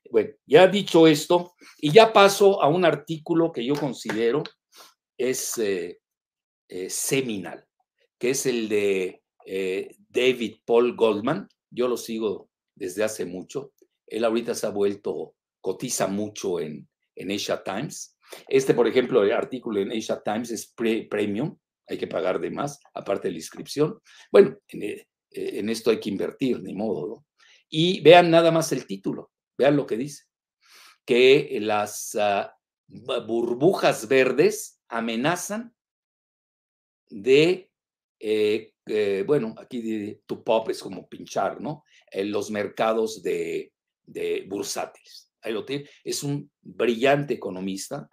Bueno, ya dicho esto, y ya paso a un artículo que yo considero es seminal, que es el de David Paul Goldman. Yo lo sigo desde hace mucho. Él ahorita se ha vuelto, cotiza mucho en Asia Times. Por ejemplo, el artículo en Asia Times es premium, hay que pagar de más, aparte de la inscripción. Bueno, en esto hay que invertir, ni modo, ¿no? Y vean nada más el título, vean lo que dice, que las burbujas verdes amenazan de, bueno, aquí tu pop es como pinchar, ¿no? Los mercados de bursátiles. Ahí lo tiene. Es un brillante economista.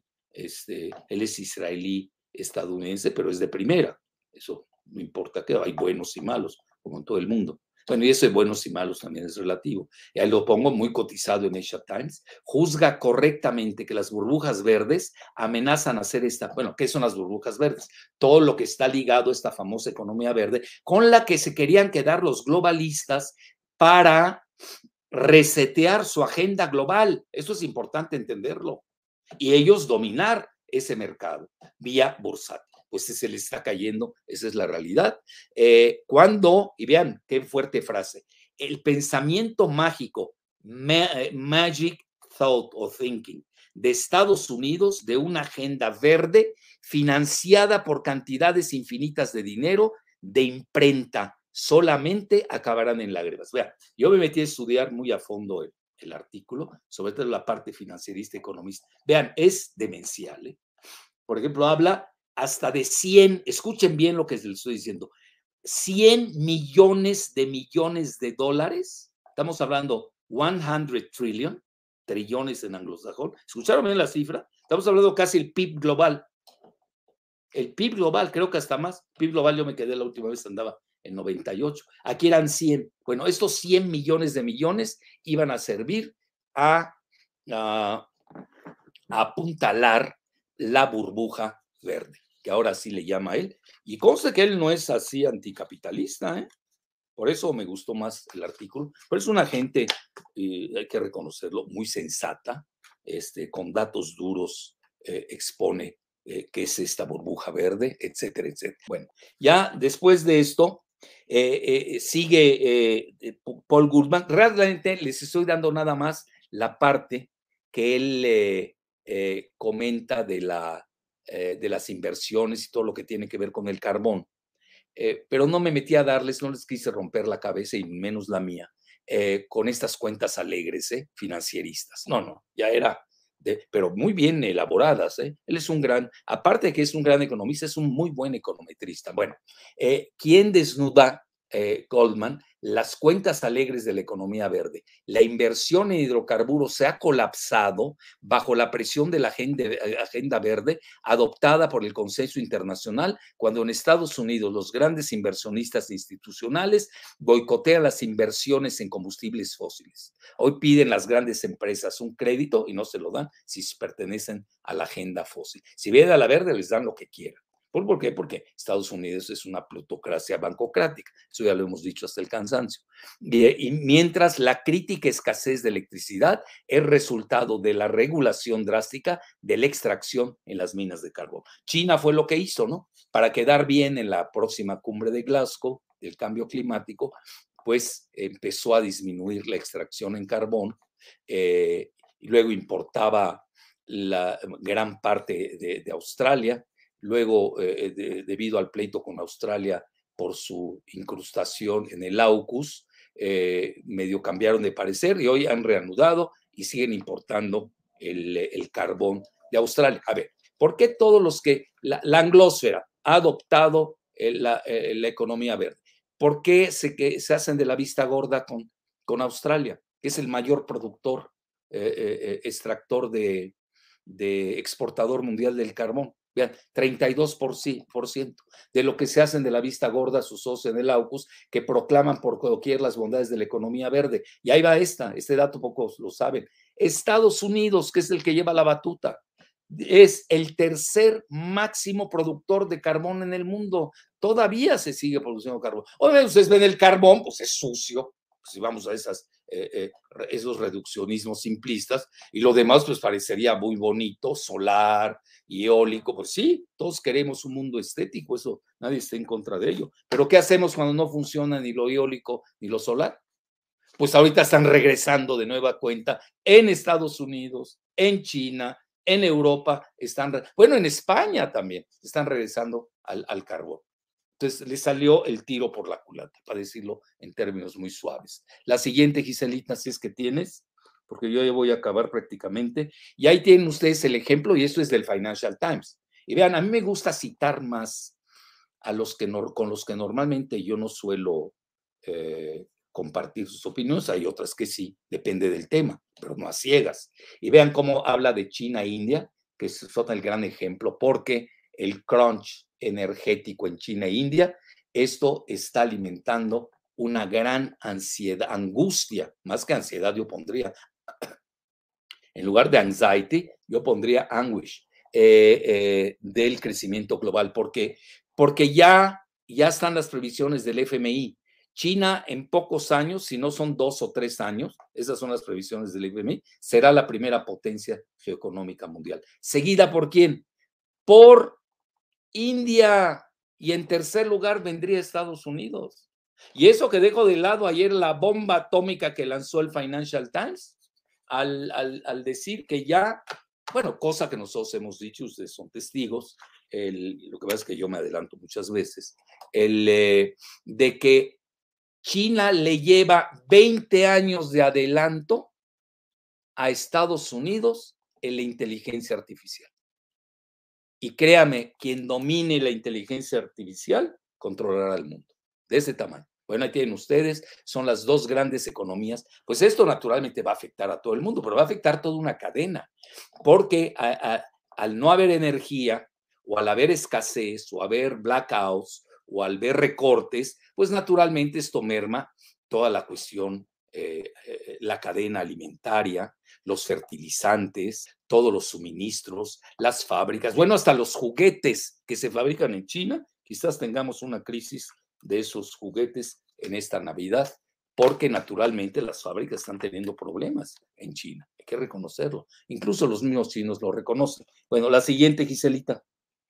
Él es israelí estadounidense, pero es de primera. Eso no importa, que hay buenos y malos, como en todo el mundo. Bueno, y eso de buenos y malos también es relativo. Y ahí lo pongo muy cotizado en Asia Times. Juzga correctamente que las burbujas verdes amenazan a hacer bueno, ¿qué son las burbujas verdes? Todo lo que está ligado a esta famosa economía verde, con la que se querían quedar los globalistas para resetear su agenda global. Eso es importante entenderlo. Y ellos dominar ese mercado vía bursátil. Pues se les está cayendo, esa es la realidad. Y vean qué fuerte frase, el pensamiento mágico, magic thought o thinking, de Estados Unidos, de una agenda verde financiada por cantidades infinitas de dinero, de imprenta, solamente acabarán en lágrimas. Vean, yo me metí a estudiar muy a fondo el artículo, sobre todo la parte financierista economista. Vean, es demencial, ¿eh? Por ejemplo, habla hasta de 100, escuchen bien lo que les estoy diciendo, 100 millones de dólares, estamos hablando 100 trillion, trillones en anglosajón, ¿escucharon bien la cifra? Estamos hablando casi el PIB global. El PIB global, creo que hasta más. PIB global yo me quedé la última vez, andaba en 98. Aquí eran 100. Bueno, estos 100 millones de millones iban a servir a, a apuntalar la burbuja verde, que ahora sí le llama a él. Y conste que él no es así anticapitalista, ¿eh? Por eso me gustó más el artículo. Pero es una gente, hay que reconocerlo, muy sensata, con datos duros, expone qué es esta burbuja verde, etcétera, etcétera. Bueno, ya después de esto, sigue Paul Goldman. Realmente les estoy dando nada más la parte que él comenta de las inversiones y todo lo que tiene que ver con el carbón. Pero no me metí a darles, no les quise romper la cabeza y menos la mía, con estas cuentas alegres, financieristas. No, ya era, pero muy bien elaboradas. Él es aparte de que es un gran economista, es un muy buen econometrista. Bueno, ¿quién desnuda Goldman? Las cuentas alegres de la economía verde. La inversión en hidrocarburos se ha colapsado bajo la presión de la agenda verde adoptada por el consenso internacional, cuando en Estados Unidos los grandes inversionistas institucionales boicotean las inversiones en combustibles fósiles. Hoy piden las grandes empresas un crédito y no se lo dan si pertenecen a la agenda fósil. Si viene a la verde, les dan lo que quieran. ¿Por qué? Porque Estados Unidos es una plutocracia bancocrática. Eso ya lo hemos dicho hasta el cansancio. Y mientras la crítica escasez de electricidad es resultado de la regulación drástica de la extracción en las minas de carbón. China fue lo que hizo, ¿no? Para quedar bien en la próxima cumbre de Glasgow del cambio climático, pues empezó a disminuir la extracción en carbón y luego importaba la gran parte de Australia. Luego, debido al pleito con Australia por su incrustación en el AUKUS, medio cambiaron de parecer y hoy han reanudado y siguen importando el carbón de Australia. A ver, ¿por qué todos los que la anglósfera ha adoptado la economía verde? ¿Por qué se hacen de la vista gorda con Australia, que es el mayor productor, extractor de exportador mundial del carbón? Vean, 32% de lo que se hacen de la vista gorda sus socios en el AUKUS, que proclaman por doquier las bondades de la economía verde. Y ahí va este dato pocos lo saben. Estados Unidos, que es el que lleva la batuta, es el tercer máximo productor de carbón en el mundo. Todavía se sigue produciendo carbón. Obviamente ustedes ven el carbón, pues es sucio. Si vamos a esas esos reduccionismos simplistas, y lo demás pues parecería muy bonito, solar y eólico. Pues sí, todos queremos un mundo estético, eso nadie está en contra de ello, pero ¿qué hacemos cuando no funciona ni lo eólico ni lo solar? Pues ahorita están regresando de nueva cuenta en Estados Unidos, en China, en Europa, bueno, en España también están regresando al carbón. Entonces le salió el tiro por la culata, para decirlo en términos muy suaves. La siguiente, Giselita, si es que tienes, porque yo ya voy a acabar prácticamente, y ahí tienen ustedes el ejemplo, y esto es del Financial Times. Y vean, a mí me gusta citar más a los que con los que normalmente yo no suelo compartir sus opiniones, hay otras que sí, depende del tema, pero no a ciegas. Y vean cómo habla de China e India, que son el gran ejemplo, porque el crunch energético en China e India, esto está alimentando una gran ansiedad, angustia, más que ansiedad yo pondría, en lugar de anxiety, yo pondría anguish del crecimiento global, porque ya están las previsiones del FMI. China en pocos años, si no son 2 o 3 años, esas son las previsiones del FMI, será la primera potencia geoeconómica mundial. ¿Seguida por quién? Por India. Y en tercer lugar vendría Estados Unidos. Y eso que dejo de lado ayer la bomba atómica que lanzó el Financial Times al decir que ya, bueno, cosa que nosotros hemos dicho, ustedes son testigos, lo que pasa es que yo me adelanto muchas veces, de que China le lleva 20 años de adelanto a Estados Unidos en la inteligencia artificial. Y créame, quien domine la inteligencia artificial controlará el mundo, de ese tamaño. Bueno, ahí tienen ustedes, son las dos grandes economías. Pues esto naturalmente va a afectar a todo el mundo, pero va a afectar toda una cadena, porque al no haber energía, o al haber escasez, o haber blackouts, o al ver recortes, pues naturalmente esto merma toda la cuestión, la cadena alimentaria, los fertilizantes, todos los suministros, las fábricas, bueno, hasta los juguetes que se fabrican en China. Quizás tengamos una crisis de esos juguetes en esta Navidad, porque naturalmente las fábricas están teniendo problemas en China, hay que reconocerlo. Incluso los mismos chinos lo reconocen. Bueno, la siguiente, Giselita.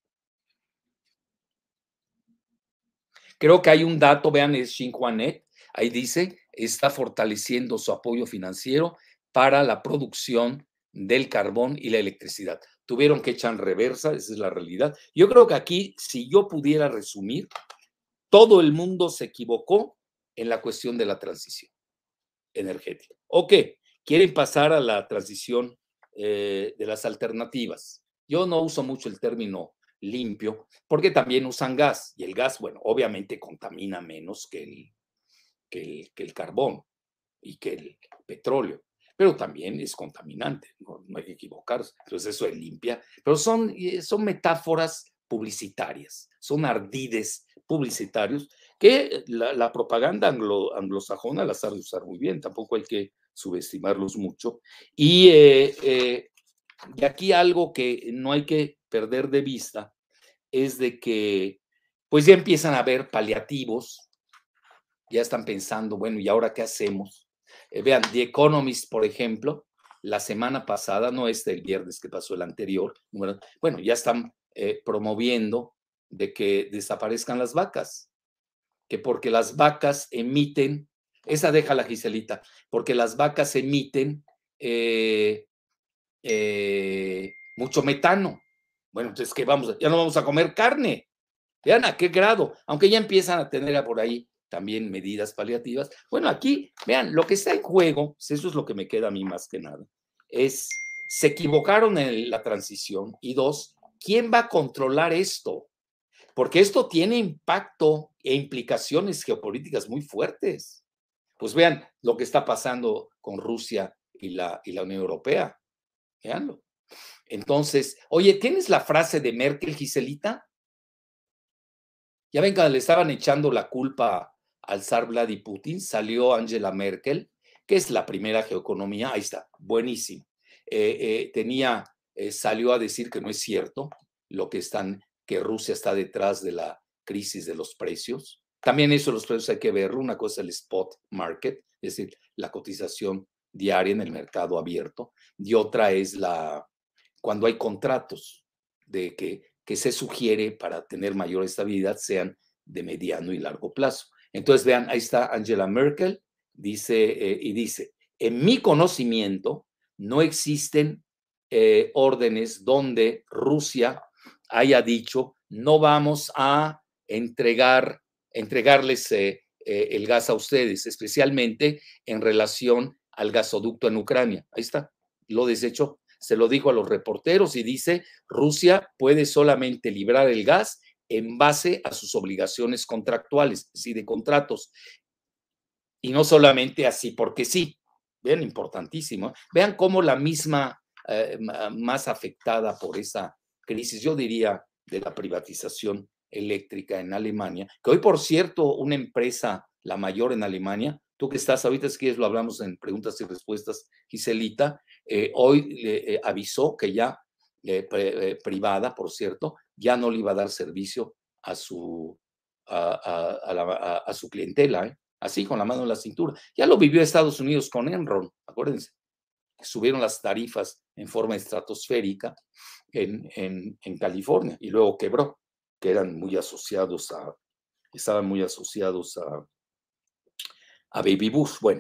Creo que hay un dato, vean, es Xinhuanet, ahí dice, está fortaleciendo su apoyo financiero para la producción del carbón y la electricidad. Tuvieron que echar reversa, esa es la realidad. Yo creo que aquí, si yo pudiera resumir, todo el mundo se equivocó en la cuestión de la transición energética. Ok, quieren pasar a la transición de las alternativas. Yo no uso mucho el término limpio, porque también usan gas, y el gas, bueno, obviamente contamina menos que el carbón y que el petróleo, pero también es contaminante, no hay que equivocarse. Entonces eso es limpia, pero son metáforas publicitarias, son ardides publicitarios que la propaganda anglosajona las sabe usar muy bien, tampoco hay que subestimarlos mucho. Y aquí algo que no hay que perder de vista es de que pues ya empiezan a haber paliativos, ya están pensando, bueno, ¿y ahora qué hacemos? Vean, The Economist, por ejemplo, la semana pasada, no el viernes que pasó, el anterior, bueno, ya están promoviendo de que desaparezcan las vacas, que porque las vacas emiten, esa deja la Giselita, porque las vacas emiten mucho metano. Bueno, entonces, ¿qué vamos? Ya no vamos a comer carne. Vean a qué grado, aunque ya empiezan a tener por ahí también medidas paliativas. Bueno, aquí, vean, lo que está en juego, eso es lo que me queda a mí más que nada, es, se equivocaron en la transición, y dos, ¿quién va a controlar esto? Porque esto tiene impacto e implicaciones geopolíticas muy fuertes. Pues vean lo que está pasando con Rusia y la Unión Europea. Veanlo. Entonces, oye, ¿tienes la frase de Merkel, Giselita? Ya ven, cuando le estaban echando la culpa al zar Vladimir Putin, salió Angela Merkel, que es la primera geoeconomía, ahí está, buenísimo. Salió a decir que no es cierto que Rusia está detrás de la crisis de los precios. También eso, los precios hay que verlo, una cosa es el spot market, es decir, la cotización diaria en el mercado abierto, y otra es cuando hay contratos de que se sugiere para tener mayor estabilidad sean de mediano y largo plazo. Entonces, vean, ahí está Angela Merkel, dice, en mi conocimiento no existen órdenes donde Rusia haya dicho no vamos a entregarles el gas a ustedes, especialmente en relación al gasoducto en Ucrania. Ahí está, lo desechó. Se lo dijo a los reporteros y dice, Rusia puede solamente librar el gas en base a sus obligaciones contractuales, es decir, de contratos, y no solamente así porque sí. Vean, importantísimo. Vean cómo la misma más afectada por esa crisis, yo diría, de la privatización eléctrica en Alemania, que hoy, por cierto, una empresa, la mayor en Alemania, tú que estás ahorita, si quieres lo hablamos en preguntas y respuestas, Giselita, hoy avisó que ya, privada, por cierto, ya no le iba a dar servicio a su, a su clientela, así con la mano en la cintura. Ya lo vivió Estados Unidos con Enron, acuérdense. Subieron las tarifas en forma estratosférica en California y luego quebró, que eran muy asociados estaban muy asociados a Baby Bush. Bueno,